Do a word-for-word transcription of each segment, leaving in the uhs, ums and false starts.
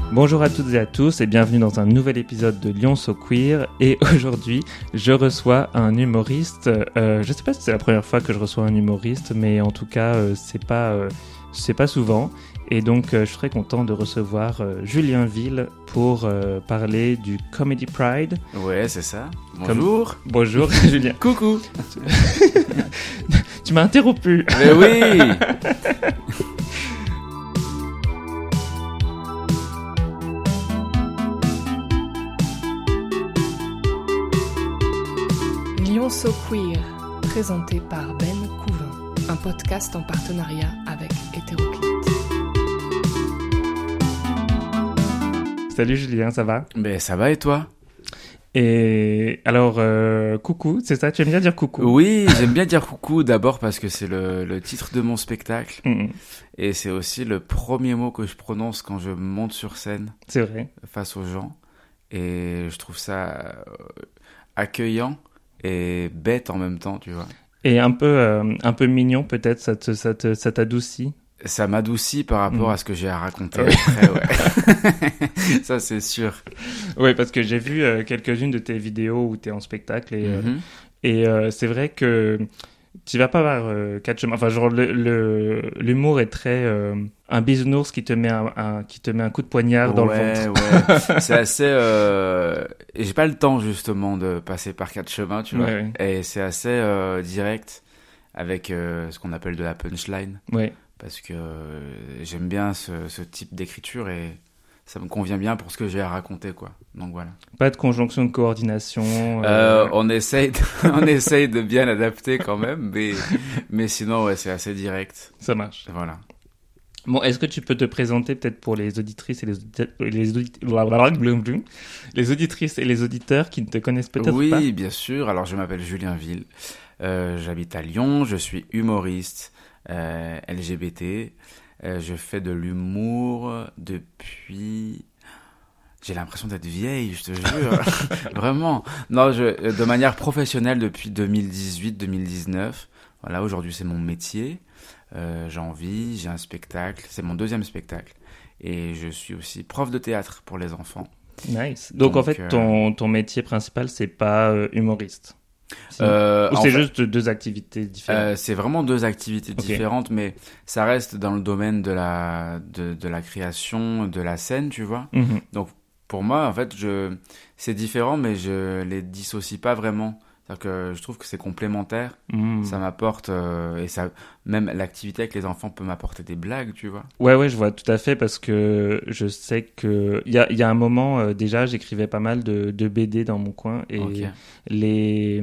Bonjour à toutes et à tous et bienvenue dans un nouvel épisode de Lyon So Queer. Et aujourd'hui, je reçois un humoriste. Euh, je sais pas si c'est la première fois que je reçois un humoriste, mais en tout cas, euh, c'est pas, euh, c'est pas souvent. Et donc, euh, je suis très content de recevoir euh, Julien Ville pour euh, parler du Comedy Pride. Ouais, c'est ça. Bonjour. Comme... Bonjour, Julien. Coucou. Tu m'as interrompu. Mais oui. Lyon So Queer, présenté par Ben Couvin, un podcast en partenariat avec Hétéroclite. Salut Julien, ça va? Ben ça va et toi? Et alors, euh, coucou, c'est ça? Tu aimes bien dire coucou? Oui, j'aime bien dire coucou d'abord parce que c'est le, le titre de mon spectacle. Mmh. Et c'est aussi le premier mot que je prononce quand je monte sur scène. C'est vrai. Face aux gens. Et je trouve ça euh, accueillant et bête en même temps, tu vois. Et un peu, euh, un peu mignon peut-être, ça, te, ça, te, ça t'adoucit? Ça m'adoucit par rapport mmh. à ce que j'ai à raconter après, ouais. Ça, c'est sûr. Oui, parce que j'ai vu euh, quelques-unes de tes vidéos où tu es en spectacle et, Mm-hmm. euh, et euh, c'est vrai que tu vas pas voir euh, quatre chemins. Enfin, genre, le, le, l'humour est très... Euh, un bisounours qui te met un, un, qui te met un coup de poignard dans ouais, le ventre. Ouais, c'est assez... Euh... Et j'ai pas le temps, justement, de passer par quatre chemins, tu vois. Ouais, ouais. Et c'est assez euh, direct avec euh, ce qu'on appelle de la punchline. Ouais. Parce que euh, j'aime bien ce, ce type d'écriture et ça me convient bien pour ce que j'ai à raconter, quoi. Donc voilà. Pas de conjonction de coordination. Euh... Euh, on essaye, de, on essaye de bien l'adapter quand même, mais mais sinon ouais, c'est assez direct. Ça marche. Voilà. Bon, est-ce que tu peux te présenter peut-être pour les auditrices et les auditeurs, les, audit... les auditrices et les auditeurs qui ne te connaissent peut-être oui, pas? Oui, bien sûr. Alors je m'appelle Julien Ville. Euh, j'habite à Lyon. Je suis humoriste euh, L G B T. Euh, je fais de l'humour depuis... J'ai l'impression d'être vieille, je te jure. Vraiment. Non, je, de manière professionnelle depuis deux mille dix-huit deux mille dix-neuf. Voilà, aujourd'hui c'est mon métier. Euh, j'en vis, j'ai un spectacle. C'est mon deuxième spectacle. Et je suis aussi prof de théâtre pour les enfants. Nice. Donc, Donc en fait, euh... ton, ton métier principal, c'est pas euh, humoriste? Si. Euh, Ou c'est fait, juste deux activités différentes? euh, C'est vraiment deux activités okay. différentes, mais ça reste dans le domaine de la, de, de la création, de la scène, tu vois. Mm-hmm. Donc, pour moi, en fait, je... c'est différent, mais je les dissocie pas vraiment. C'est-à-dire que je trouve que c'est complémentaire. Mm. Ça m'apporte... Euh, et ça, même l'activité avec les enfants peut m'apporter des blagues, tu vois. Ouais, ouais, je vois tout à fait, parce que je sais que... Il y a, y a un moment, euh, déjà, j'écrivais pas mal de, de B D dans mon coin, et okay. les...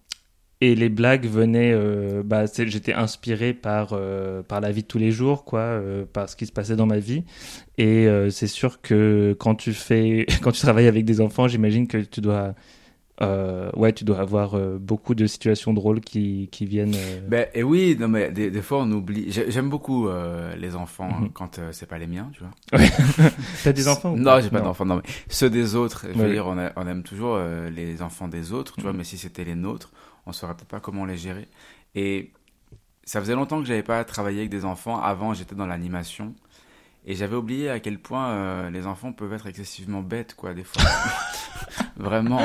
Et les blagues venaient... Euh, bah, c'est, j'étais inspiré par, euh, par la vie de tous les jours, quoi, euh, par ce qui se passait dans ma vie. Et euh, c'est sûr que quand tu fais... quand tu travailles avec des enfants, j'imagine que tu dois... Euh, ouais, tu dois avoir euh, beaucoup de situations drôles qui, qui viennent... Euh... Ben, et oui, non, mais des, des fois, on oublie... J'aime beaucoup euh, les enfants mm-hmm. quand euh, c'est pas les miens, tu vois. Ouais. T'as des enfants ou Non, pas? j'ai pas non. d'enfants, non, mais ceux des autres. Je veux ouais. dire, on, a, on aime toujours euh, les enfants des autres, tu mm-hmm. vois, mais si c'était les nôtres, on saurait peut-être pas comment les gérer. Et ça faisait longtemps que j'avais pas travaillé avec des enfants. Avant, j'étais dans l'animation. Et j'avais oublié à quel point euh, les enfants peuvent être excessivement bêtes, quoi, des fois. Vraiment.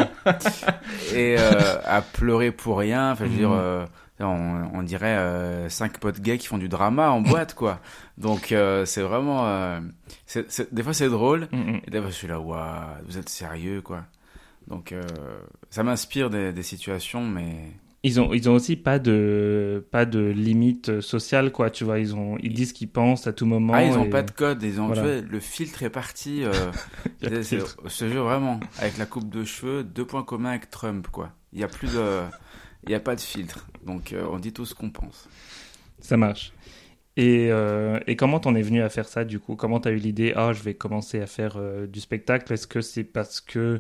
Et euh, à pleurer pour rien. Enfin, je veux dire, euh, on, on dirait euh, cinq potes gays qui font du drama en boîte, quoi. Donc, euh, c'est vraiment... Euh, c'est, c'est, des fois, c'est drôle. Mm-hmm. Et des fois, je suis là, waouh, vous êtes sérieux, quoi. Donc, euh, ça m'inspire des, des situations, mais... Ils ont, ils ont aussi pas de, pas de limite sociale, quoi, tu vois, ils ont, ils disent ce qu'ils pensent à tout moment. Ah, ils ont et... pas de code, ils ont, voilà. tu vois, le filtre est parti, euh, c'est, c'est, je te jure vraiment, avec la coupe de cheveux, deux points communs avec Trump, quoi. Il y a plus de, il y a pas de filtre. Donc, euh, on dit tout ce qu'on pense. Ça marche. Et, euh, et comment t'en es venu à faire ça, du coup? Comment t'as eu l'idée, ah, oh, je vais commencer à faire euh, du spectacle? Est-ce que c'est parce que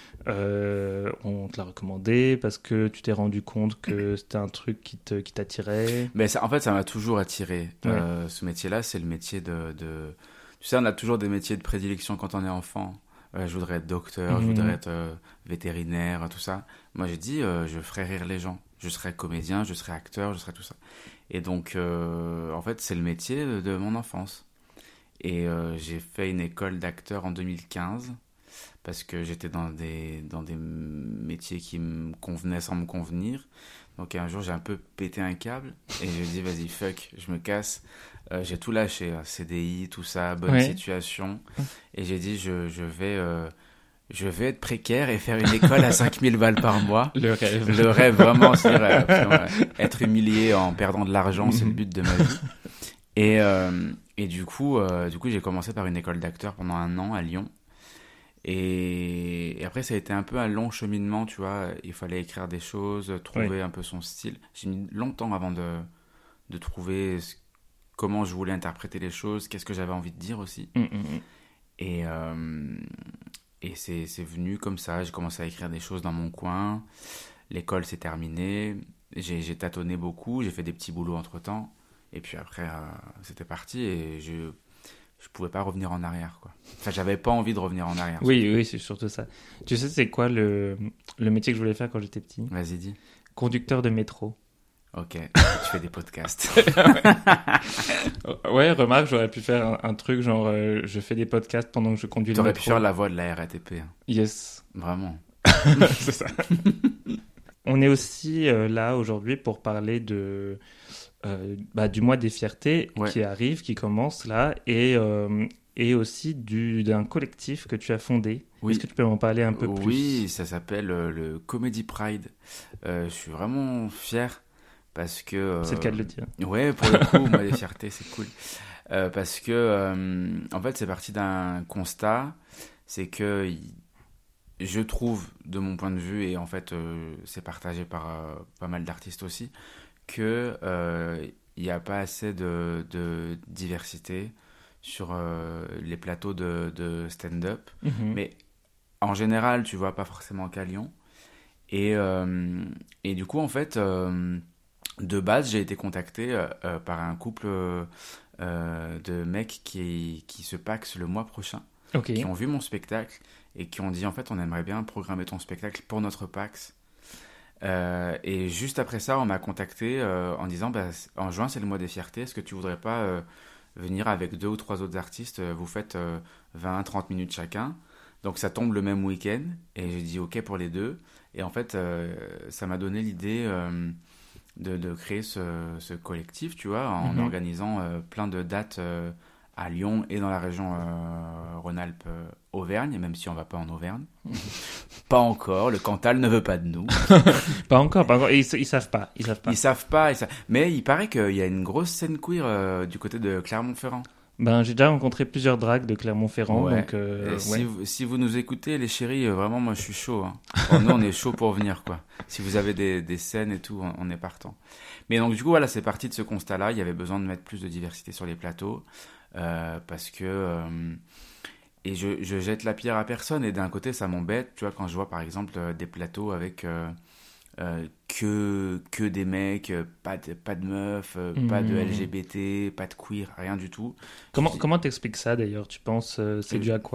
Euh, on te l'a recommandé parce que tu t'es rendu compte que c'était un truc qui, te, qui t'attirait? Mais ça, en fait, ça m'a toujours attiré. Ouais. Euh, ce métier-là, c'est le métier de, de... Tu sais, on a toujours des métiers de prédilection quand on est enfant. Euh, je voudrais être docteur, mmh. je voudrais être euh, vétérinaire, tout ça. Moi, j'ai dit, euh, je ferais rire les gens. Je serais comédien, je serais acteur, je serais tout ça. Et donc, euh, en fait, c'est le métier de, de mon enfance. Et euh, j'ai fait une école d'acteur en deux mille quinze parce que j'étais dans des, dans des métiers qui me convenaient sans me convenir. Donc un jour, j'ai un peu pété un câble et j'ai dit, vas-y, fuck, je me casse. Euh, j'ai tout lâché, hein, C D I, tout ça, bonne ouais. situation. Et j'ai dit, je, je, vais, euh, je vais être précaire et faire une école à cinq mille balles par mois. Le rêve. Le rêve, vraiment, c'est-à-dire euh, être humilié en perdant de l'argent, c'est le but de ma vie. Et, euh, et du coup, euh, du coup, j'ai commencé par une école d'acteur pendant un an à Lyon. Et, et après, ça a été un peu un long cheminement, tu vois. Il fallait écrire des choses, trouver oui. un peu son style. J'ai mis longtemps avant de, de trouver ce, comment je voulais interpréter les choses, qu'est-ce que j'avais envie de dire aussi. Mmh, mmh. Et, euh, et c'est, c'est venu comme ça. J'ai commencé à écrire des choses dans mon coin. L'école s'est terminée. J'ai, j'ai tâtonné beaucoup. J'ai fait des petits boulots entre-temps. Et puis après, euh, c'était parti et je... je pouvais pas revenir en arrière, quoi. Enfin, j'avais pas envie de revenir en arrière. Oui, oui, c'est surtout ça. Tu sais, c'est quoi le, le métier que je voulais faire quand j'étais petit ? Vas-y, dis. Conducteur de métro. Ok, tu fais des podcasts. Ouais, remarque, j'aurais pu faire un, un truc genre, euh, je fais des podcasts pendant que je conduis le métro. T'aurais pu faire la voix de la R A T P. Hein. Yes. Vraiment. C'est ça. On est aussi euh, là aujourd'hui pour parler de... Euh, bah, du mois des fiertés ouais. qui arrive, qui commence là, et, euh, et aussi du, d'un collectif que tu as fondé. Oui. Est-ce que tu peux m'en parler un peu oui, plus ? Oui, ça s'appelle euh, le Comedy Pride. Euh, je suis vraiment fier parce que... Euh, c'est le cas de le dire. Ouais, pour le coup, mois des fiertés, c'est cool. Euh, parce que, euh, en fait, c'est parti d'un constat, c'est que je trouve, de mon point de vue, et en fait, euh, c'est partagé par euh, pas mal d'artistes aussi, que euh, il n'y a pas assez de, de diversité sur euh, les plateaux de, de stand-up. Mm-hmm. Mais en général, tu vois, pas forcément qu'à Lyon. Et, euh, et du coup, en fait, euh, de base, j'ai été contacté euh, par un couple euh, de mecs qui, qui se paxent le mois prochain, okay. qui ont vu mon spectacle et qui ont dit, en fait, on aimerait bien programmer ton spectacle pour notre Pax. Euh, et juste après ça, on m'a contacté euh, en disant bah, en juin c'est le mois des fiertés, est-ce que tu voudrais pas euh, venir avec deux ou trois autres artistes, euh, vous faites euh, vingt à trente minutes chacun, donc ça tombe le même week-end. Et j'ai dit ok pour les deux, et en fait euh, ça m'a donné l'idée euh, de, de créer ce, ce collectif, tu vois, en mm-hmm. organisant euh, plein de dates euh, à Lyon et dans la région euh, Rhône-Alpes euh, Auvergne, même si on va pas en Auvergne. Pas encore, le Cantal ne veut pas de nous. Pas encore, pas encore. Ils, ils savent pas, ils savent pas. Ils savent pas, ils savent... mais il paraît qu'il y a une grosse scène queer euh, du côté de Clermont-Ferrand. Ben, j'ai déjà rencontré plusieurs drags de Clermont-Ferrand, ouais. donc... Euh, ouais. si, vous, si vous nous écoutez, les chéris, euh, vraiment, moi, je suis chaud. Hein. Bon, nous, on est chaud pour venir, quoi. Si vous avez des, des scènes et tout, on, on est partant. Mais donc, du coup, voilà, c'est parti de ce constat-là. Il y avait besoin de mettre plus de diversité sur les plateaux, euh, parce que... Euh, et je, je jette la pierre à personne, et d'un côté, ça m'embête, tu vois, quand je vois, par exemple, euh, des plateaux avec... Euh, Euh, que, que des mecs, pas de, pas de meufs, euh, mmh. pas de L G B T, pas de queer, rien du tout. Comment, dis... comment t'expliques ça d'ailleurs ? Tu penses euh, c'est dû à quoi ?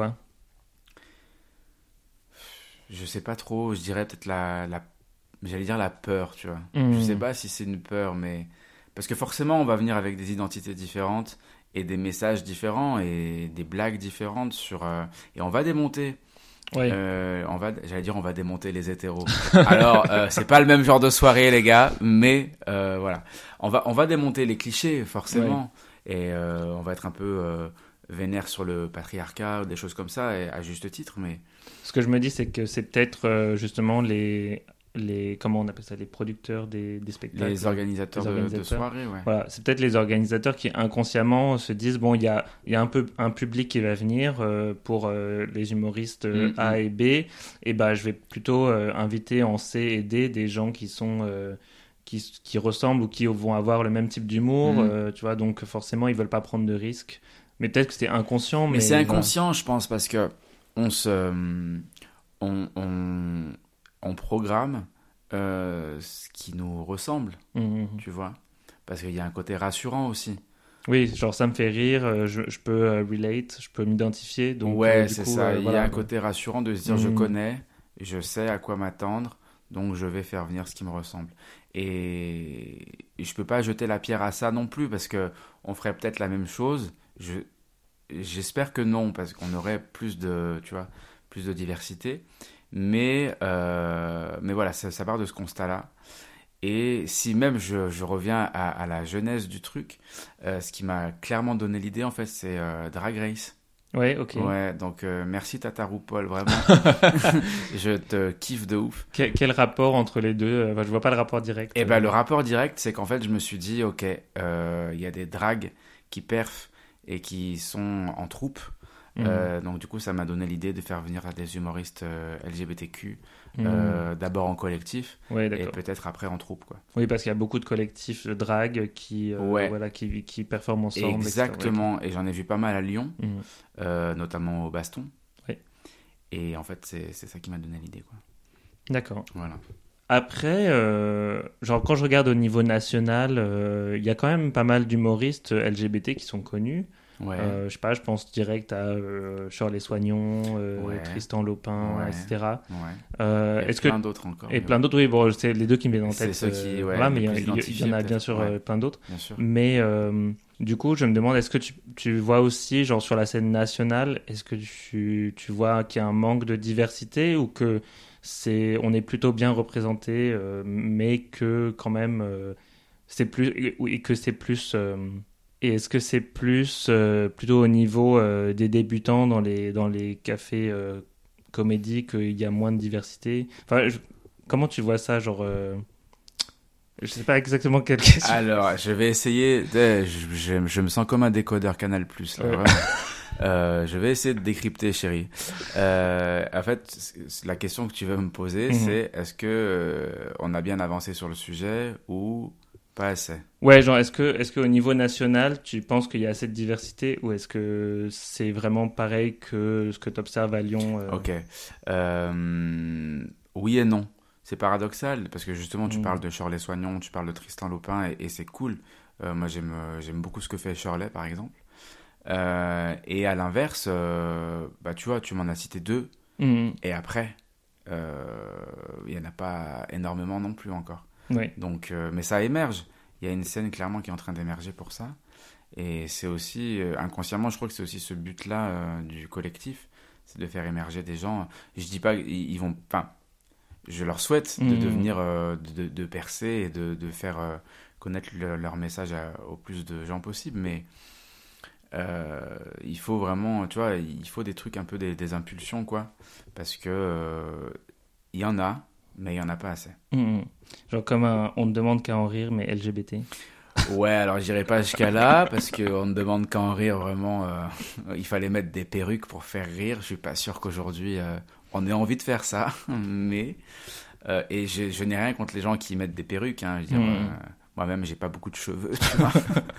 Je sais pas trop, je dirais peut-être la, la j'allais dire la peur, tu vois. Mmh. Je sais pas si c'est une peur, mais parce que forcément on va venir avec des identités différentes et des messages différents et des blagues différentes sur euh... et on va démonter. Oui. Euh, on va, j'allais dire, on va démonter les hétéros. Alors, euh, c'est pas le même genre de soirée, les gars, mais euh, voilà, on va, on va démonter les clichés forcément, oui. et euh, on va être un peu euh, vénère sur le patriarcat, des choses comme ça, et à juste titre. Mais ce que je me dis, c'est que c'est peut-être euh, justement les les comment on appelle ça, les producteurs des, des spectacles, les organisateurs, les organisateurs. De, de soirées, ouais. Voilà, c'est peut-être les organisateurs qui inconsciemment se disent bon, il y a il y a un peu un public qui va venir euh, pour euh, les humoristes euh, mm-hmm. A et B, et bah je vais plutôt euh, inviter en C et D des gens qui sont euh, qui qui ressemblent ou qui vont avoir le même type d'humour, mm-hmm. euh, tu vois, donc forcément ils veulent pas prendre de risques. Mais peut-être que c'est inconscient. Mais, mais c'est inconscient, voilà. Je pense, parce que on se on on on programme euh, ce qui nous ressemble, mmh. tu vois, parce qu'il y a un côté rassurant aussi. Oui, genre ça me fait rire, je, je peux euh, relate, je peux m'identifier. Donc, ouais, euh, c'est coup, ça, euh, il voilà, y a un donc... côté rassurant de se dire mmh. je connais, je sais à quoi m'attendre, donc je vais faire venir ce qui me ressemble. Et, et je peux pas jeter la pierre à ça non plus, parce qu'on ferait peut-être la même chose, je... j'espère que non, parce qu'on aurait plus de, tu vois, plus de diversité. Mais, euh, mais voilà, ça, ça part de ce constat-là. Et si même je, je reviens à, à la genèse du truc, euh, ce qui m'a clairement donné l'idée, en fait, c'est euh, Drag Race. Ouais, ok. Ouais, donc euh, merci Tata RuPaul, vraiment. Je te kiffe de ouf. Quel, quel rapport entre les deux? Enfin, je vois pas le rapport direct. Et ben, le rapport direct, c'est qu'en fait, je me suis dit, ok, il euh, y a des drags qui perfent et qui sont en troupe. Mmh. Euh, donc du coup, ça m'a donné l'idée de faire venir des humoristes euh, L G B T Q, mmh. euh, d'abord en collectif, ouais, et peut-être après en troupe, quoi. Oui, parce qu'il y a beaucoup de collectifs de drague qui, euh, ouais. voilà, qui, qui performent ensemble. Exactement, et, et j'en ai vu pas mal à Lyon, mmh. euh, notamment au Baston. Ouais. Et en fait, c'est, c'est ça qui m'a donné l'idée, quoi. D'accord. Voilà. Après, euh, genre quand je regarde au niveau national, il euh, y a quand même pas mal d'humoristes L G B T qui sont connus. Ouais. Euh, je sais pas, je pense direct à euh, Shirley Soignon, euh, ouais. Tristan Lopin, ouais. et cetera. Ouais. Euh, et est-ce plein que... d'autres encore. Et plein d'autres, oui, bon, c'est les deux qui me viennent en tête. C'est ceux qui, ouais, voilà, mais il y, y, y en a bien sûr ouais. plein d'autres. Bien sûr. Mais euh, du coup, je me demande, est-ce que tu, tu vois aussi, genre sur la scène nationale, est-ce que tu, tu vois qu'il y a un manque de diversité ou que c'est, on est plutôt bien représenté, euh, mais que quand même, euh, c'est plus, et que c'est plus. Euh, Et est-ce que c'est plus euh, plutôt au niveau euh, des débutants dans les, dans les cafés euh, comédie qu'il y a moins de diversité? Enfin, je... comment tu vois ça, genre euh... Je sais pas exactement quelle question. Alors, je vais essayer. De... Je, je, je me sens comme un décodeur Canal Plus. Là, ouais. euh, je vais essayer de décrypter, chérie. Euh, en fait, la question que tu veux me poser, mm-hmm. c'est est-ce que euh, on a bien avancé sur le sujet ou pas assez? Ouais, genre, est-ce que, est-ce qu'au niveau national, tu penses qu'il y a assez de diversité ou est-ce que c'est vraiment pareil que ce que tu observes à Lyon euh... Ok. Euh, oui et non. C'est paradoxal parce que justement, tu mmh. parles de Shirley Soignon, tu parles de Tristan Lopin et, et c'est cool. Euh, moi, j'aime, j'aime beaucoup ce que fait Shirley, par exemple. Euh, et à l'inverse, euh, bah, tu vois, tu m'en as cité deux. Mmh. Et après, il euh, n'y en a pas énormément non plus encore. Oui. Donc, euh, mais ça émerge. Il y a une scène clairement qui est en train d'émerger pour ça. Et c'est aussi, euh, inconsciemment, je crois que c'est aussi ce but-là euh, du collectif, c'est de faire émerger des gens. Je dis pas, ils, ils vont, enfin, je leur souhaite de mmh. devenir, euh, de, de percer et de, de faire euh, connaître le, leur message à, au plus de gens possible. Mais euh, il faut vraiment, tu vois, il faut des trucs un peu des, des impulsions, quoi, parce que euh, il y en a. Mais il n'y en a pas assez. Mmh. Genre comme un, on ne demande qu'à en rire, mais L G B T. Ouais, alors j'irai pas jusqu'à là, parce qu'on ne demande qu'à en rire, vraiment. Euh, il fallait mettre des perruques pour faire rire. Je suis pas sûr qu'aujourd'hui, euh, on ait envie de faire ça. Mais, euh, et je, je n'ai rien contre les gens qui mettent des perruques. Hein, je veux dire, mmh. euh, moi-même, j'ai pas beaucoup de cheveux, tu vois.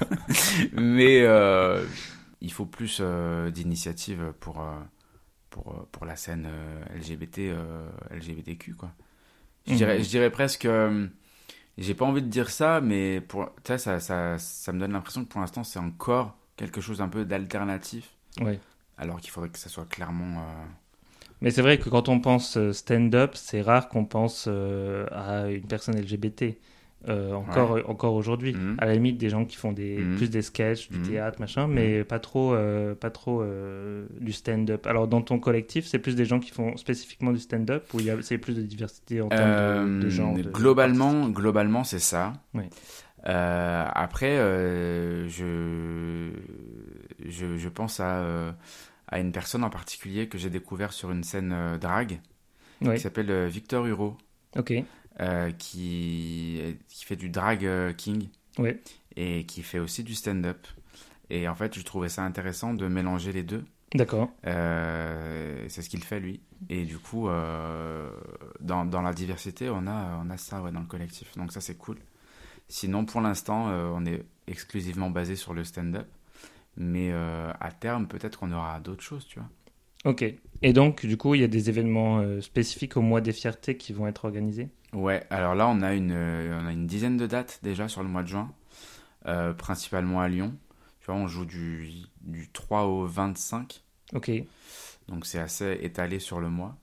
Mais euh, il faut plus euh, d'initiatives pour, euh, pour, pour la scène euh, L G B T, euh, L G B T Q, quoi. Je dirais, mmh. je dirais presque, euh, j'ai pas envie de dire ça, mais pour, ça, ça, ça, ça me donne l'impression que pour l'instant, c'est encore quelque chose un peu d'alternatif. Ouais. Alors qu'il faudrait que ça soit clairement. Euh... Mais c'est vrai que quand on pense stand-up, c'est rare qu'on pense euh, à une personne L G B T. Euh, encore, ouais. encore aujourd'hui. Mmh. À la limite, des gens qui font des, mmh. plus des sketchs, du mmh. théâtre, machin, mais mmh. pas trop, euh, pas trop euh, du stand-up. Alors, dans ton collectif, c'est plus des gens qui font spécifiquement du stand-up ou il y a, c'est plus de diversité en termes euh, de, de genre de, globalement, globalement, c'est ça. Oui. Euh, après, euh, je, je, je pense à, euh, à une personne en particulier que j'ai découvert sur une scène euh, drague oui. qui s'appelle euh, Victor Hureau. Ok. Euh, qui, qui fait du drag king oui. et qui fait aussi du stand-up. Et en fait, je trouvais ça intéressant de mélanger les deux. D'accord. Euh, c'est ce qu'il fait, lui. Et du coup, euh, dans, dans la diversité, on a, on a ça ouais, dans le collectif. Donc ça, c'est cool. Sinon, pour l'instant, euh, on est exclusivement basé sur le stand-up. Mais euh, à terme, peut-être qu'on aura d'autres choses, tu vois. Ok. Et donc, du coup, il y a des événements euh, spécifiques au mois des fiertés qui vont être organisés ? Ouais, alors là, on a une, euh, on a une dizaine de dates déjà sur le mois de juin, euh, principalement à Lyon. Tu vois, on joue du, du trois au vingt-cinq. Ok. Donc, c'est assez étalé sur le mois.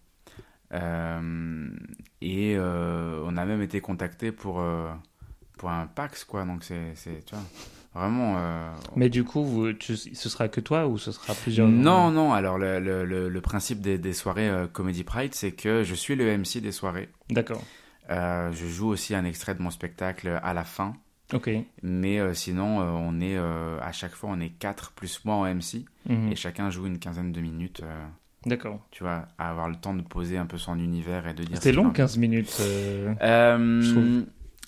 Euh, et euh, on a même été contacté pour, euh, pour un PAX, quoi. Donc, c'est, c'est, tu vois, Vraiment. Euh... Mais du coup, vous, tu, ce sera que toi ou ce sera plusieurs? Non, non. Alors, le, le, le, le principe des, des soirées euh, Comedy Pride, c'est que je suis le M C des soirées. D'accord. Euh, je joue aussi un extrait de mon spectacle à la fin. Ok. Mais euh, sinon, euh, on est euh, à chaque fois, on est quatre plus moi en M C. Mm-hmm. Et chacun joue une quinzaine de minutes. Euh, D'accord. Tu vois, à avoir le temps de poser un peu son univers et de dire... C'est long, quinze minutes, euh, euh, je trouve.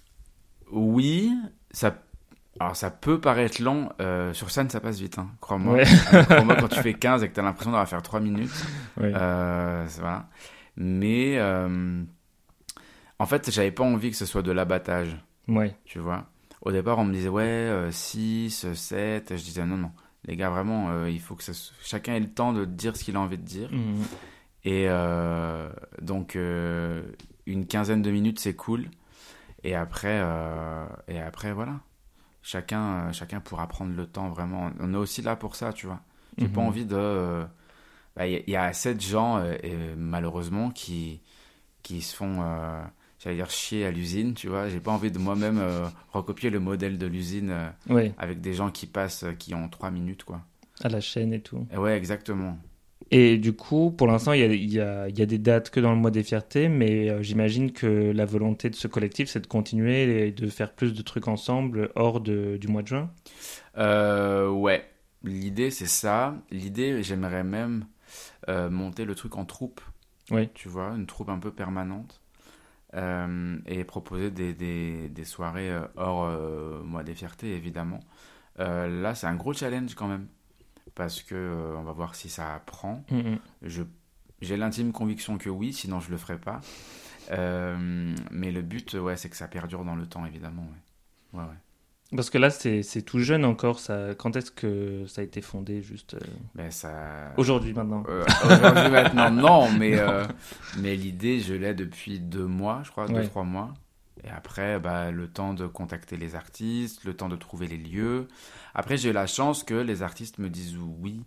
Oui, ça... Alors ça peut paraître long, euh, sur scène ça passe vite, hein, crois-moi. Ouais. Crois-moi, quand tu fais quinze et que tu as l'impression d'avoir faire trois minutes, ouais. euh, voilà. Mais euh, en fait, j'avais pas envie que ce soit de l'abattage, ouais. tu vois. Au départ, on me disait ouais, euh, six, sept, je disais non, non. Les gars, vraiment, euh, il faut que ça, chacun ait le temps de dire ce qu'il a envie de dire. Mmh. Et euh, donc, euh, une quinzaine de minutes, c'est cool. Et après, euh, et après voilà. Chacun, euh, chacun pourra prendre le temps, vraiment. On est aussi là pour ça, tu vois. J'ai mmh. pas envie de... Il euh, bah, y, y a assez de gens, euh, et, malheureusement, qui, qui se font... Euh, j'allais dire chier à l'usine, tu vois. J'ai pas envie de moi-même euh, recopier le modèle de l'usine euh, ouais. avec des gens qui passent, euh, qui ont trois minutes, quoi. À la chaîne et tout. Et ouais, exactement. Et du coup, pour l'instant, il y a, y, a, y a des dates que dans le mois des fiertés, mais euh, j'imagine que la volonté de ce collectif, c'est de continuer et de faire plus de trucs ensemble hors de, du mois de juin. Euh, ouais, l'idée, c'est ça. L'idée, j'aimerais même euh, monter le truc en troupe. Oui. Tu vois, une troupe un peu permanente. Euh, et proposer des, des, des soirées euh, hors euh, mois des fiertés, évidemment. Euh, là, c'est un gros challenge quand même, parce que euh, on va voir si ça prend. Mm-hmm. Je, j'ai l'intime conviction que oui, sinon je le ferai pas. Euh, mais le but, ouais, c'est que ça perdure dans le temps, évidemment. Ouais. Ouais, ouais. Parce que là, c'est, c'est tout jeune encore. Ça... Quand est-ce que ça a été fondé juste euh... ben, ça... Aujourd'hui, maintenant euh, Aujourd'hui, maintenant, non. Mais, non. Euh, mais l'idée, je l'ai depuis deux mois, je crois, ouais. deux, trois mois. Et après, bah, le temps de contacter les artistes, le temps de trouver les lieux. Après, j'ai eu la chance que les artistes me disent oui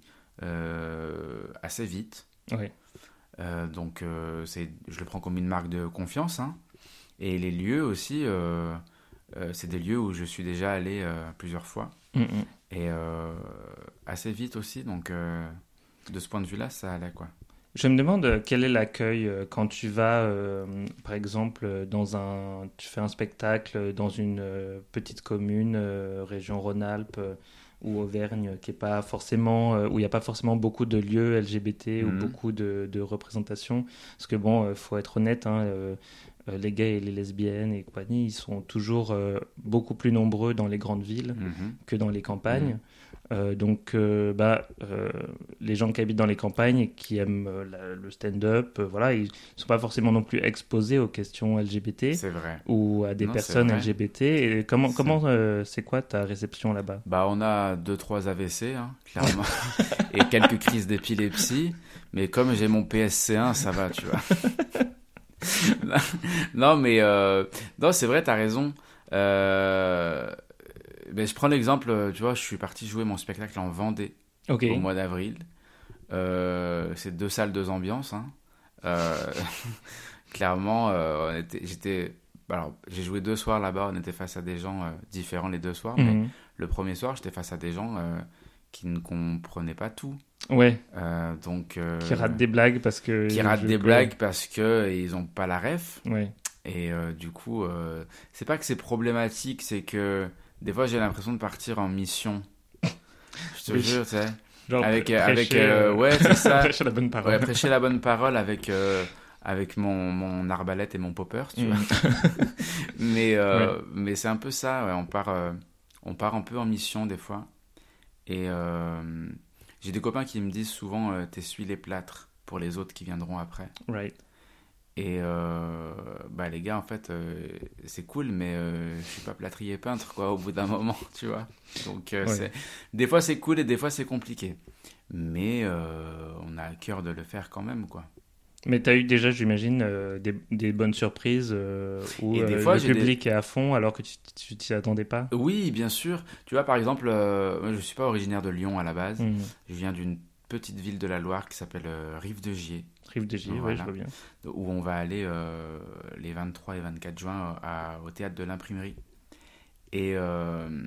euh, assez vite. Oui. Euh, donc, euh, c'est, je le prends comme une marque de confiance. Hein. Et les lieux aussi... Euh, Euh, c'est des lieux où je suis déjà allé euh, plusieurs fois. Mm-hmm. Et euh, assez vite aussi. Donc, euh, de ce point de vue-là, ça allait, quoi. Je me demande quel est l'accueil quand tu vas, euh, par exemple, dans un... Tu fais un spectacle dans une euh, petite commune, euh, région Rhône-Alpes euh, ou Auvergne, qui est pas forcément, euh, où il n'y a pas forcément beaucoup de lieux L G B T mm-hmm. ou beaucoup de, de représentations. Parce que, bon, il euh, faut être honnête, hein, euh, les gays et les lesbiennes et compagnie, ils sont toujours euh, beaucoup plus nombreux dans les grandes villes mmh. que dans les campagnes. Mmh. Euh, donc, euh, bah, euh, les gens qui habitent dans les campagnes et qui aiment euh, la, le stand-up, euh, voilà, ils ne sont pas forcément non plus exposés aux questions L G B T c'est vrai. ou à des non, personnes L G B T. Et comment, c'est... comment euh, c'est quoi ta réception là-bas ? Bah, on a deux, trois A V C, hein, clairement, et quelques crises d'épilepsie. Mais comme j'ai mon P S C un, ça va, tu vois. non mais euh, non c'est vrai, t'as raison. Euh, ben, je prends l'exemple, tu vois, je suis parti jouer mon spectacle en Vendée okay. au mois d'avril. Euh, c'est deux salles, deux ambiances. Hein. Euh, clairement, euh, on était, j'étais. Alors, j'ai joué deux soirs là-bas. On était face à des gens euh, différents les deux soirs. Mm-hmm. Mais le premier soir, j'étais face à des gens euh, qui ne comprenaient pas tout. Ouais. Euh, donc. Euh, qui ratent des blagues parce que. Qui ratent des peux... blagues parce que ils ont pas la ref. Ouais. Et euh, du coup, euh, c'est pas que c'est problématique, c'est que des fois j'ai l'impression de partir en mission. Je te oui. jure, tu sais. Genre avec prêcher, avec euh, ouais c'est ça. prêcher la bonne parole. Ouais, prêcher la bonne parole avec euh, avec mon mon arbalète et mon popper, tu mm. vois. mais euh, ouais. mais c'est un peu ça. Ouais, on part euh, on part un peu en mission des fois. Et euh, j'ai des copains qui me disent souvent euh, t'essuies les plâtres pour les autres qui viendront après. Right. Et euh, bah les gars, en fait, euh, c'est cool, mais euh, je suis pas plâtrier peintre, quoi, au bout d'un moment, tu vois. Donc, euh, ouais. c'est... des fois c'est cool et des fois c'est compliqué. Mais euh, on a à cœur de le faire quand même, quoi. Mais tu as eu déjà, j'imagine, euh, des, des bonnes surprises euh, où et des fois, euh, le public des... est à fond alors que tu t'y attendais pas. Oui, bien sûr. Tu vois, par exemple, euh, moi, je suis pas originaire de Lyon à la base. Mmh. Je viens d'une petite ville de la Loire qui s'appelle euh, Rive-de-Gier. Rive-de-Gier, voilà. Oui, je vois bien. Où on va aller euh, les vingt-trois et vingt-quatre juin à, au théâtre de l'Imprimerie. Et, euh,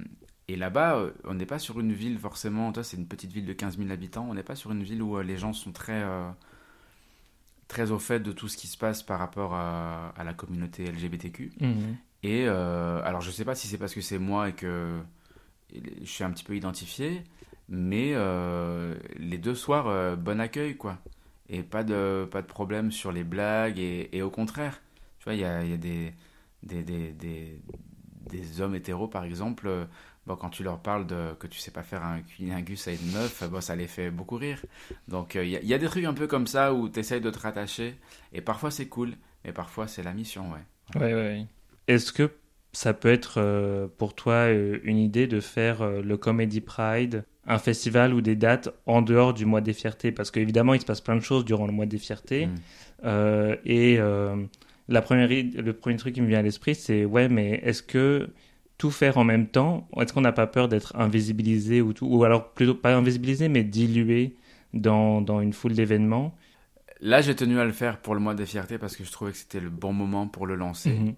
Et là-bas, on n'est pas sur une ville forcément, toi c'est une petite ville de quinze mille habitants, on n'est pas sur une ville où les gens sont très, euh, très au fait de tout ce qui se passe par rapport à, à la communauté L G B T Q. Mmh. Et euh, alors je sais pas si c'est parce que c'est moi et que je suis un petit peu identifié, mais euh, les deux soirs, euh, bon accueil quoi. Et pas de, pas de problème sur les blagues, et, et au contraire, tu vois, il y a, y a des, des, des, des, des hommes hétéros par exemple... Bon, quand tu leur parles de, que tu sais pas faire un cunilingus à une meuf, bon, ça les fait beaucoup rire. Donc, il euh, y, y a des trucs un peu comme ça où tu essayes de te rattacher. Et parfois, c'est cool. Mais parfois, c'est la mission, ouais. Ouais, ouais, ouais. Est-ce que ça peut être euh, pour toi euh, une idée de faire euh, le Comedy Pride, un festival ou des dates en dehors du mois des fiertés? Parce qu'évidemment, il se passe plein de choses durant le mois des fiertés. Mmh. Euh, et euh, la première, le premier truc qui me vient à l'esprit, c'est ouais, mais est-ce que tout faire en même temps, est-ce qu'on n'a pas peur d'être invisibilisé ou tout, ou alors plutôt pas invisibilisé mais dilué dans, dans une foule d'événements? Là, j'ai tenu à le faire pour le mois des fiertés parce que je trouvais que c'était le bon moment pour le lancer. Mmh.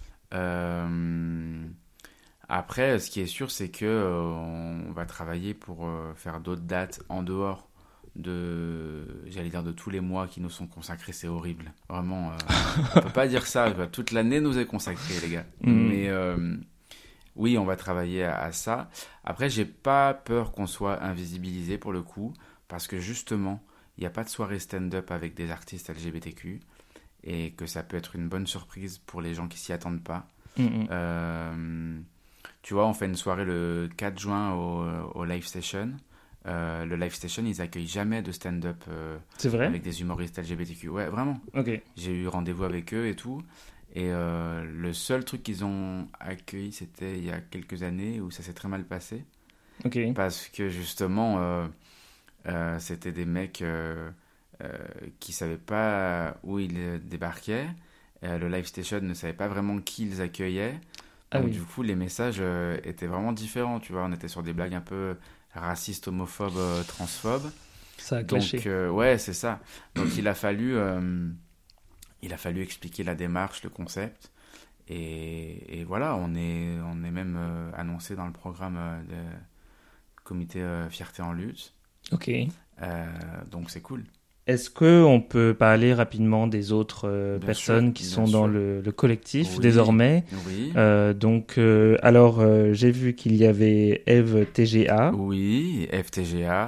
Euh... Après, ce qui est sûr, c'est que euh, on va travailler pour euh, faire d'autres dates en dehors de, j'allais dire, de tous les mois qui nous sont consacrés. C'est horrible, vraiment. Euh, on peut pas dire ça. Toute l'année nous est consacrée, les gars. Mmh. Mais euh, oui, on va travailler à, à ça. Après, j'ai pas peur qu'on soit invisibilisé pour le coup, parce que justement, il n'y a pas de soirée stand-up avec des artistes L G B T Q, et que ça peut être une bonne surprise pour les gens qui s'y attendent pas. Mmh. Euh, tu vois, on fait une soirée le quatre juin au, au Live Station. Euh, le Live Station, ils accueillent jamais de stand-up euh, C'est vrai avec des humoristes L G B T Q. Ouais, vraiment. Okay. J'ai eu rendez-vous avec eux et tout. Et euh, le seul truc qu'ils ont accueilli, c'était il y a quelques années où ça s'est très mal passé. Okay. Parce que justement, euh, euh, c'était des mecs euh, euh, qui ne savaient pas où ils débarquaient. Euh, le Live Station ne savait pas vraiment qui ils accueillaient. Ah Donc oui. du coup, les messages euh, étaient vraiment différents. Tu vois, on était sur des blagues un peu racistes, homophobes, euh, transphobes. Ça a clashé. Donc euh, ouais, c'est ça. Donc il a fallu... Euh, Il a fallu expliquer la démarche, le concept. Et, et voilà, on est, on est même euh, annoncé dans le programme euh, du comité euh, Fierté en lutte. Ok. Euh, donc c'est cool. Est-ce qu'on peut parler rapidement des autres euh, personnes sûr, qui sont sûr. dans le, le collectif oui, désormais? Oui. Euh, donc, euh, alors, euh, j'ai vu qu'il y avait Eve T G A. Oui, F T G A,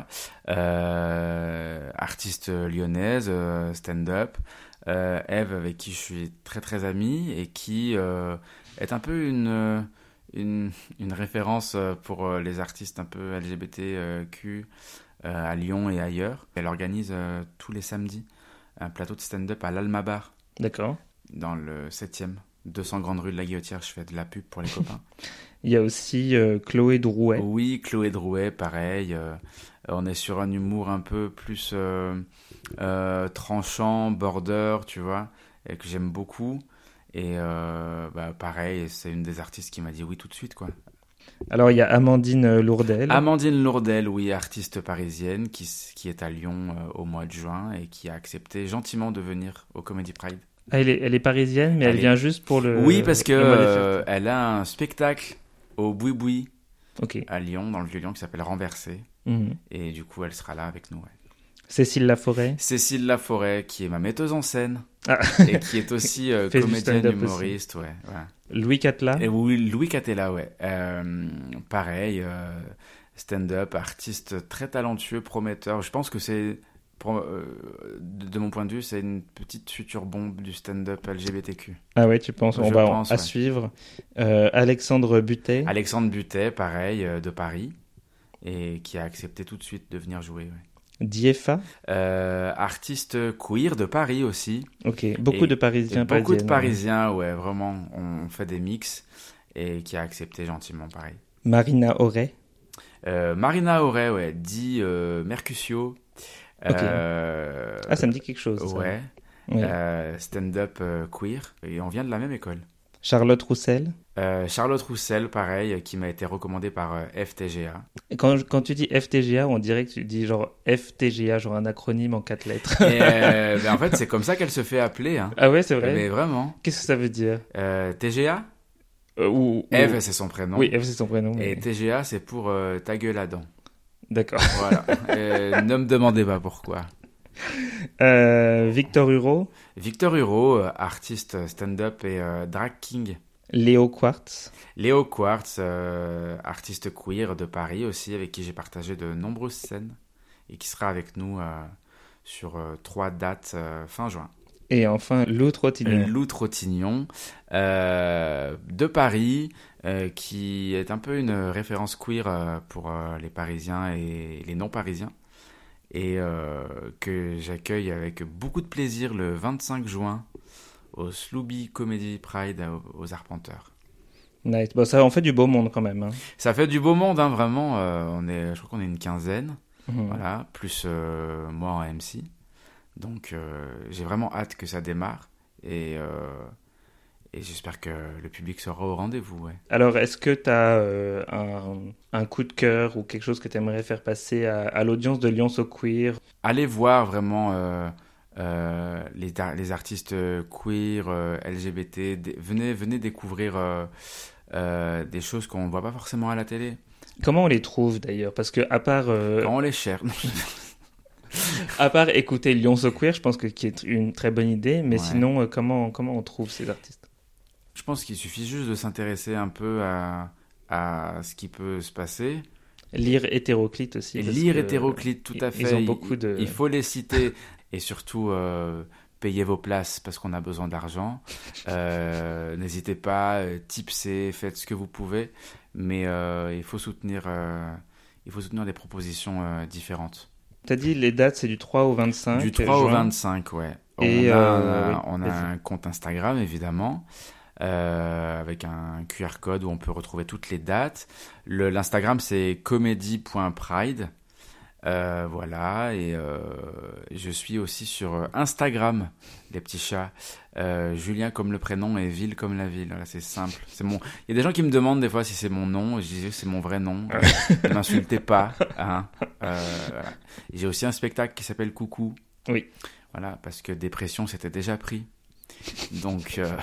euh, artiste lyonnaise, euh, stand-up. Euh, Eve, avec qui je suis très très ami et qui euh, est un peu une, une, une référence pour les artistes un peu L G B T Q euh, à Lyon et ailleurs. Elle organise euh, tous les samedis un plateau de stand-up à l'Alma Bar. D'accord. Dans le septième, deux cents Grande Rue de la Guillotière. Je fais de la pub pour les copains. Il y a aussi euh, Chloé Drouet. Oui, Chloé Drouet, pareil. Euh, on est sur un humour un peu plus euh, euh, tranchant, border, tu vois, et que j'aime beaucoup. Et euh, bah, pareil, c'est une des artistes qui m'a dit oui tout de suite, quoi. Alors, il y a Amandine Lourdel. Amandine Lourdel, oui, artiste parisienne, qui, qui est à Lyon euh, au mois de juin et qui a accepté gentiment de venir au Comedy Pride. Ah, elle, est, elle est parisienne, mais elle, elle vient est... juste pour le... Oui, parce que euh, elle a un spectacle au Boui Boui okay. à Lyon, dans le Vieux-Lyon, qui s'appelle Renversé. Mmh. Et du coup, elle sera là avec nous. Ouais. Cécile Laforêt. Cécile Laforêt, qui est ma metteuse en scène ah. et qui est aussi euh, comédienne, humoriste. Ouais, ouais. Louis Catela. Et oui, Louis Catela, ouais. Euh, pareil, euh, stand-up, artiste très talentueux, prometteur. Je pense que c'est, pour, euh, de mon point de vue, c'est une petite future bombe du stand-up L G B T Q. Ah ouais, tu penses? On Je va pense, à ouais. suivre. Euh, Alexandre Butet. Alexandre Butet, pareil, euh, de Paris, et qui a accepté tout de suite de venir jouer, ouais. Diefa, euh, artiste queer de Paris aussi. Ok, beaucoup et, de Parisiens. Beaucoup de Parisiens, ouais, vraiment. On fait des mix et qui a accepté gentiment, pareil. Marina Auret. Euh, Marina Auret, ouais, dit euh, Mercutio. Okay. Euh, ah, ça me dit quelque chose. Ça. Ouais. ouais. Euh, stand-up euh, queer et on vient de la même école. Charlotte Roussel. Euh, Charlotte Roussel, pareil, qui m'a été recommandée par euh, F T G A. Quand, quand tu dis F T G A, on dirait que tu dis genre F T G A, genre un acronyme en quatre lettres. Et euh, ben en fait, c'est comme ça qu'elle se fait appeler. Hein. Ah ouais, c'est vrai. Mais vraiment. Qu'est-ce que ça veut dire? euh, T G A Euh, ou, Eve, ou... c'est son prénom. Oui, Eve, c'est son prénom. Et mais... T G A, c'est pour euh, ta gueule Adam. D'accord. Voilà. euh, ne me demandez pas pourquoi. Euh, Victor Hugo. Victor Hugo, euh, artiste stand-up et euh, drag king. Léo Quartz. Léo Quartz, euh, artiste queer de Paris aussi, avec qui j'ai partagé de nombreuses scènes et qui sera avec nous euh, sur euh, trois dates euh, fin juin. Et enfin, Lou Trottignon. Lou Trottignon, euh, de Paris, euh, qui est un peu une référence queer euh, pour euh, les Parisiens et les non-Parisiens, et euh, que j'accueille avec beaucoup de plaisir le vingt-cinq juin au Slooby Comedy Pride aux Arpenteurs. Nice. Bon, ça en fait du beau monde quand même. Hein. Ça fait du beau monde, hein, vraiment. Euh, on est, je crois qu'on est une quinzaine, Mmh. voilà, plus euh, moi en M C. Donc euh, j'ai vraiment hâte que ça démarre et, euh, et j'espère que le public sera au rendez-vous. Ouais. Alors, est-ce que tu as euh, un, un coup de cœur ou quelque chose que tu aimerais faire passer à, à l'audience de Lyon So Queer? Allez voir vraiment euh, euh, les, les artistes queer, euh, L G B T. Des, venez, venez découvrir euh, euh, des choses qu'on ne voit pas forcément à la télé. Comment on les trouve d'ailleurs? Parce que à part... Euh... Quand on les cherche. À part écouter Lyon So Queer, je pense que qui est une très bonne idée, mais Ouais. sinon, euh, comment, comment on trouve ces artistes? Je pense qu'il suffit juste de s'intéresser un peu à, à ce qui peut se passer. Lire Hétéroclite aussi. Et parce lire que, Hétéroclite, tout à fait. Ils ont beaucoup de... Il, il faut les citer et surtout euh, payer vos places parce qu'on a besoin d'argent. Euh, n'hésitez pas, euh, tipsez, faites ce que vous pouvez, mais euh, il faut soutenir, euh, il faut soutenir des propositions euh, différentes. T'as dit les dates, c'est du trois au vingt-cinq. Du trois au juin. vingt-cinq, ouais. Et on a, euh, un, oui, on a un compte Instagram, évidemment, euh, avec un Q R code où on peut retrouver toutes les dates. Le, L'Instagram, c'est comedy point pride. Euh, voilà, et euh, je suis aussi sur Instagram, les petits chats. Euh, Julien comme le prénom et Ville comme la ville. Voilà, c'est simple. C'est mon... Il y a des gens qui me demandent des fois si c'est mon nom. Je disais c'est mon vrai nom. Ne m'insultez pas. Hein. Euh, voilà. J'ai aussi un spectacle qui s'appelle Coucou. Oui. Voilà, parce que dépression c'était déjà pris. Donc, euh...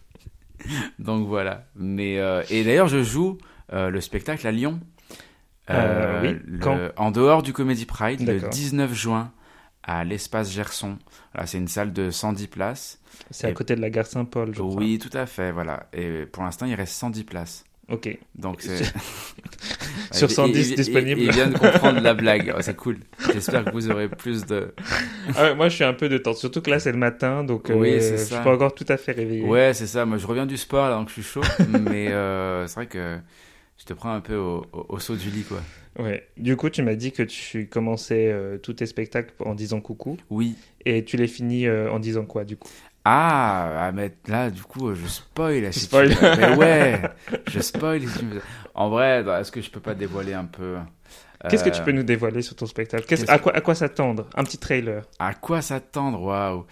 donc voilà. Mais euh... et d'ailleurs je joue euh, le spectacle à Lyon. Euh, Euh, oui. le, Quand en dehors du Comedy Pride, D'accord. le dix-neuf juin, à l'Espace Gerson. Voilà, c'est une salle de cent dix places. C'est à Et- côté de la gare Saint-Paul, je crois. Oui, tout à fait, voilà. Et pour l'instant, il reste cent dix places. Ok. Donc c'est... Sur cent dix il, il- disponibles. Il, il vient de comprendre la blague. Oh, c'est cool. J'espère que vous aurez plus de... Ah ouais, moi, je suis un peu de temps. Surtout que là, c'est le matin, donc euh, Oui, c'est je ça. suis pas encore tout à fait réveillé. Ouais, c'est ça. Moi, je reviens du sport, là, donc je suis chaud. Mais euh, c'est vrai que je te prends un peu au, au, au saut du lit, quoi. Ouais. Du coup, tu m'as dit que tu commençais euh, tous tes spectacles en disant coucou. Oui. Et tu les finis euh, en disant quoi, du coup? Ah, ah, mais là, du coup, je spoil. Si tu spoil. veux. Mais ouais, je spoil. Si tu veux. En vrai, est-ce que je peux pas dévoiler un peu Qu'est-ce que euh, tu peux nous dévoiler sur ton spectacle? Qu'est-ce- qu'est-ce à, que- quoi, à quoi s'attendre? Un petit trailer. À quoi s'attendre? Waouh.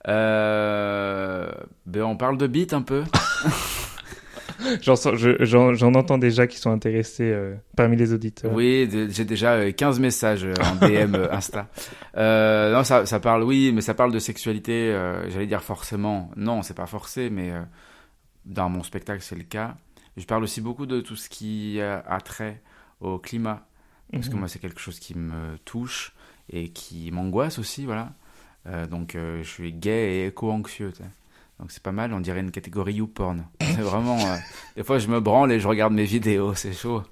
Euh... Ben, on parle de beat un peu. J'en, sens- je- j'en, j'en entends déjà qui sont intéressés euh, parmi les auditeurs. Oui, de- j'ai déjà euh, quinze messages euh, en D M euh, Insta. Euh, non, ça, ça parle, oui, mais ça parle de sexualité. euh, j'allais dire forcément. Non, c'est pas forcé, mais euh, dans mon spectacle, c'est le cas. Je parle aussi beaucoup de tout ce qui a, a trait au climat. Parce que Mhm. moi, c'est quelque chose qui me touche et qui m'angoisse aussi, voilà. Euh, donc, euh, je suis gay et éco-anxieux, tu sais. Donc, c'est pas mal, on dirait une catégorie YouPorn. C'est vraiment... euh, des fois, je me branle et je regarde mes vidéos, c'est chaud.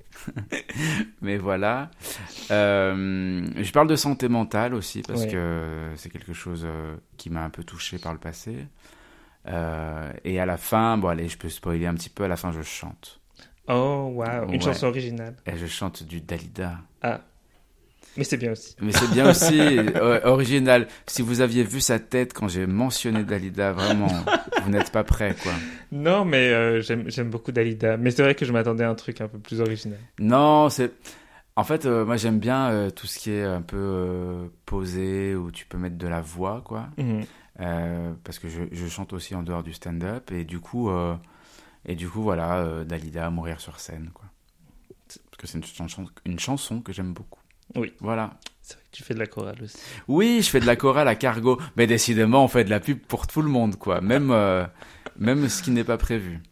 Mais voilà. Euh, je parle de santé mentale aussi, parce Ouais. que c'est quelque chose euh, qui m'a un peu touché par le passé. Euh, et à la fin, bon, allez, je peux spoiler un petit peu, à la fin, je chante. Oh, waouh. Une Ouais. chanson originale. Et je chante du Dalida. Ah. Mais c'est bien aussi. Mais c'est bien aussi euh, original. Si vous aviez vu sa tête quand j'ai mentionné Dalida, vraiment, vous n'êtes pas prêt, quoi. Non, mais euh, j'aime, j'aime beaucoup Dalida. Mais c'est vrai que je m'attendais à un truc un peu plus original. Non, c'est... En fait, euh, moi, j'aime bien euh, tout ce qui est un peu euh, posé, où tu peux mettre de la voix, quoi. Mhm. Euh, parce que je, je chante aussi en dehors du stand-up. Et du coup, euh, et du coup voilà, euh, Dalida, Mourir sur scène, quoi. Parce que c'est une chanson, une chanson que j'aime beaucoup. Oui. Voilà. C'est vrai que tu fais de la chorale aussi. Oui, je fais de la chorale à Cargo, mais décidément, on fait de la pub pour tout le monde, quoi. Même, euh, même ce qui n'est pas prévu.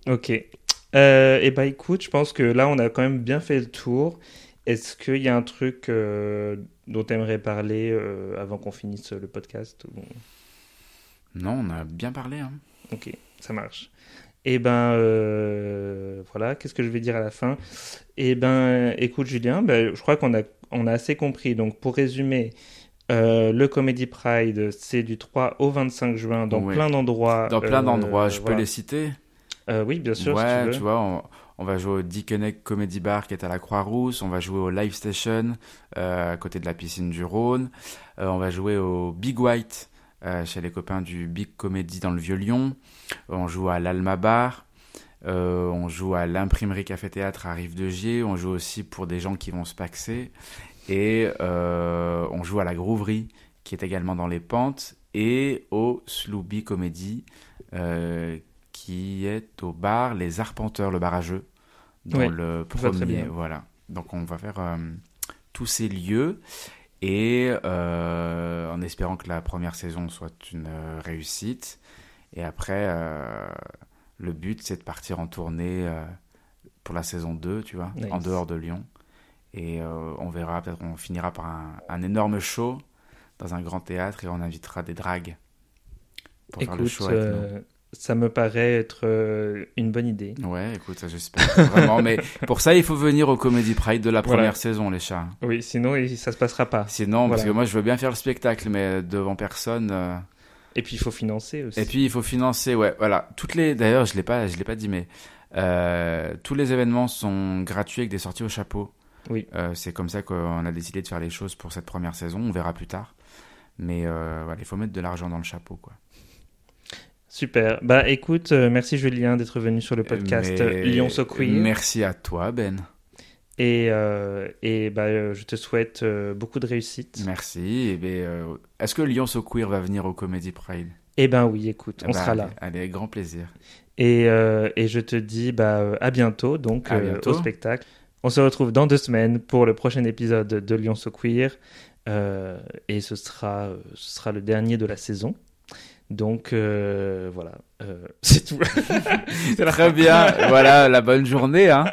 Ok. Euh, et bah écoute, je pense que là, on a quand même bien fait le tour. Est-ce qu'il y a un truc euh, dont tu aimerais parler euh, avant qu'on finisse le podcast ou... Non, on a bien parlé. Hein. Ok, ça marche. Et ben euh, voilà, qu'est-ce que je vais dire à la fin? Et ben écoute Julien, ben, je crois qu'on a, on a assez compris. Donc pour résumer, euh, le Comedy Pride, c'est du trois au vingt-cinq juin dans Ouais. plein d'endroits. Dans plein euh, d'endroits, je voilà. peux les citer. Euh, oui, bien sûr, ouais, si tu veux. tu vois, on, on va jouer au Dickeneck Comedy Bar qui est à la Croix-Rousse, on va jouer au Live Station euh, à côté de la piscine du Rhône, euh, on va jouer au Big White euh, chez les copains du Big Comedy dans le Vieux-Lyon, on joue à l'Alma Bar, euh, on joue à l'Imprimerie Café Théâtre à Rive-de-Gier, on joue aussi pour des gens qui vont se paxer, et euh, on joue à la Grouverie qui est également dans les Pentes, et au Slooby Comedy euh, qui est au bar Les Arpenteurs, le bar à jeux, dans Oui, le va très premier. bien. Voilà. Donc on va faire euh, tous ces lieux et euh, en espérant que la première saison soit une euh, réussite. Et après, euh, le but c'est de partir en tournée euh, pour la saison deux, tu vois, Nice. en dehors de Lyon. Et euh, on verra, peut-être on finira par un, un énorme show dans un grand théâtre et on invitera des dragues pour faire le Écoute, show avec euh, nous. ça me paraît être euh, une bonne idée. Ouais, écoute, ça j'espère vraiment. Mais pour ça, il faut venir au Comedy Pride de la première Voilà. saison, les chats. Oui, sinon il- ça se passera pas. Sinon, parce Voilà. que moi, je veux bien faire le spectacle, mais devant personne. euh, Et puis il faut financer aussi. Et puis, il faut financer, ouais, voilà. Toutes les, d'ailleurs, je l'ai pas, je l'ai pas dit, mais euh, tous les événements sont gratuits avec des sorties au chapeau. Oui. Euh, c'est comme ça qu'on a décidé de faire les choses pour cette première saison. On verra plus tard. Mais euh, voilà, il faut mettre de l'argent dans le chapeau, quoi. Super. Bah écoute, euh, merci Julien d'être venu sur le podcast Mais- Lyon So Queer. Merci à toi, Ben. Et, euh, et bah, euh, je te souhaite euh, beaucoup de réussite. Merci. Et ben, euh, est-ce que Lyon So Queer va venir au Comedy Pride? Eh ben oui, écoute, on Bah, sera là. Allez, avec grand plaisir. Et, euh, et je te dis bah, euh, à bientôt, donc À euh, bientôt. au spectacle. On se retrouve dans deux semaines pour le prochain épisode de Lyon So Queer. Euh, et ce sera, euh, ce sera le dernier de la saison. Donc euh, voilà, euh, c'est tout. C'est la Très fin. bien. Voilà, la bonne journée. Hein.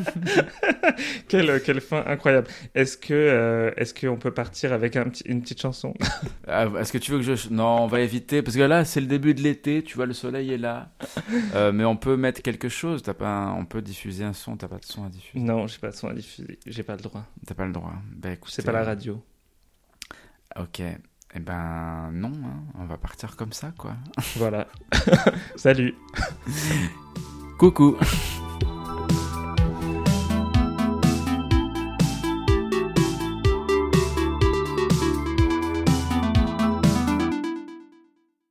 quelle, quelle fin incroyable. Est-ce que euh, est-ce qu'on peut partir avec un petit- une petite chanson? Ah, Est-ce que tu veux que je... Non, on va éviter. Parce que là, c'est le début de l'été. Tu vois, le soleil est là. Euh, mais on peut mettre quelque chose. T'as pas un- On peut diffuser un son. T'as pas de son à diffuser. Non, j'ai pas de son à diffuser. J'ai pas le droit. T'as pas le droit. Ben, écoute, C'est pas la radio. Ok. Eh ben, non. Hein. On va partir comme ça, quoi. Voilà. Salut. Coucou.